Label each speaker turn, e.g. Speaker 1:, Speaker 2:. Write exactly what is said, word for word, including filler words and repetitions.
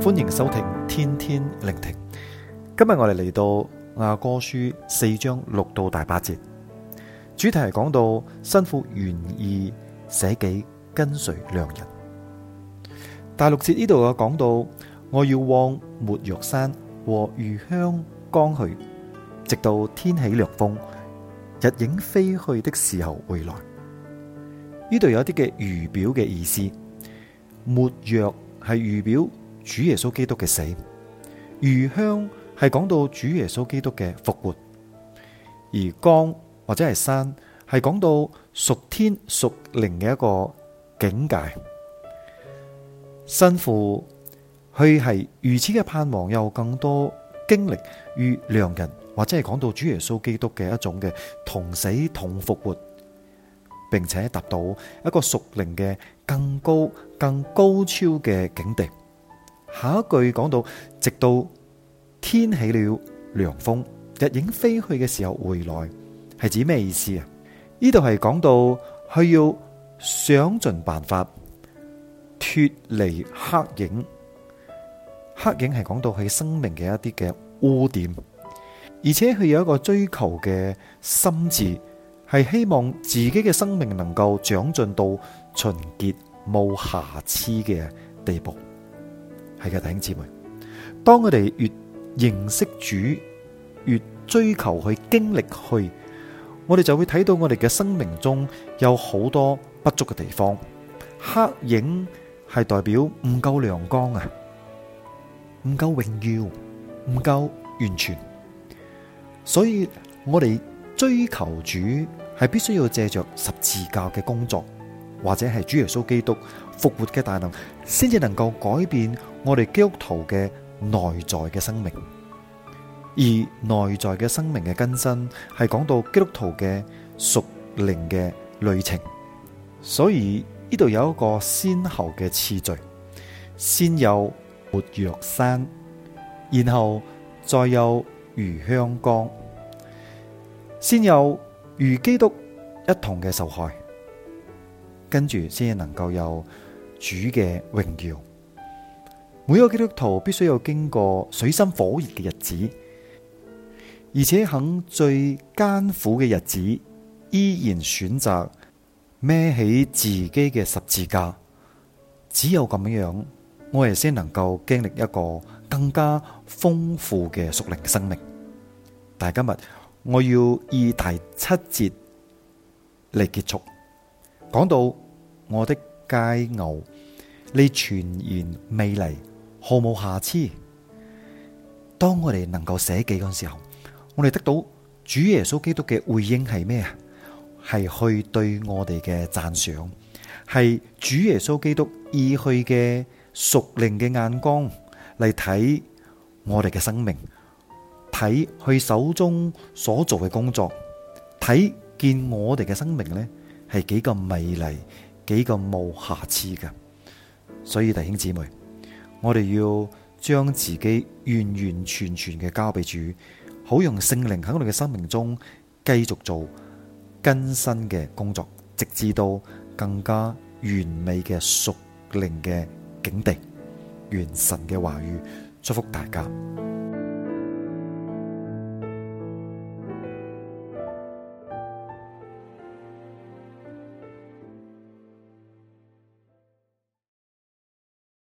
Speaker 1: 歡迎收聽天天聆聽。今日我哋嚟到雅歌書四章六到第八節，主題係講到新婦願意捨己跟隨良人。第六節呢度有講到，我要往沒藥山和魚香岡去，直到天起涼風，日影飛去的時候回來。呢度有一啲嘅預表嘅意思，沒藥係預表主耶穌基督嘅死，魚香係講到主耶穌基督嘅復活，而岡或者係山係講到屬天屬靈嘅一個境界。新婦佢係如此嘅盼望，有更多經歷與良人，或者係講到主耶穌基督嘅一種嘅同死同復活，並且達到一個屬靈嘅更高更高超嘅境地。下一句講到直到天起了涼風，日影飛去嘅時候回來，係指咩意思啊？呢度係講到佢要想盡辦法脫離黑影，黑影係講到佢生命嘅一啲嘅污點，而且佢有一個追求嘅心志，係希望自己嘅生命能夠長進到純潔冇瑕疵嘅地步。係嘅，弟兄姊妹，當我哋越認識主，越追求去經歷去，我哋就會睇到我哋嘅生命中有好多不足嘅地方。黑影係代表唔夠亮光啊，唔夠榮耀，唔夠完全。所以我哋追求主係必須要借着十字架嘅工作，或者係主耶穌基督復活嘅大能，先至能夠改變我哋基督徒嘅內在嘅生命。而內在嘅生命嘅更新係講到基督徒嘅屬靈嘅旅程。所以呢度有一個先後嘅次序，先有沒藥山，然後再有魚香岡，先有與基督一同嘅受害，跟住先至能夠有主嘅榮耀。每個基督徒必須要經過水深火熱嘅日子，而且肯最艱苦嘅日子依然選擇孭起自己嘅十字架。只有咁樣，我哋先能夠經歷一個更加豐富嘅屬靈生命。但係今日我要以第七節嚟結束，講到我的佳偶，你全然美麗，毫無瑕疵。當我哋能夠捨己嗰陣時候，我哋得到主耶穌基督嘅回應係咩啊？係去對我哋嘅讚賞，係主耶穌基督以去嘅屬靈嘅眼光嚟睇我哋嘅生命，睇佢手中所做嘅工作，睇見我哋嘅生命呢係幾咁美麗，幾咁冇瑕疵嘅。所以弟兄姊妹，我哋要將自己完完全全嘅交俾主，好用聖靈喺我哋嘅生命中繼續做更新嘅工作，直至到更加完美嘅屬靈嘅境地。願神嘅話語祝福大家。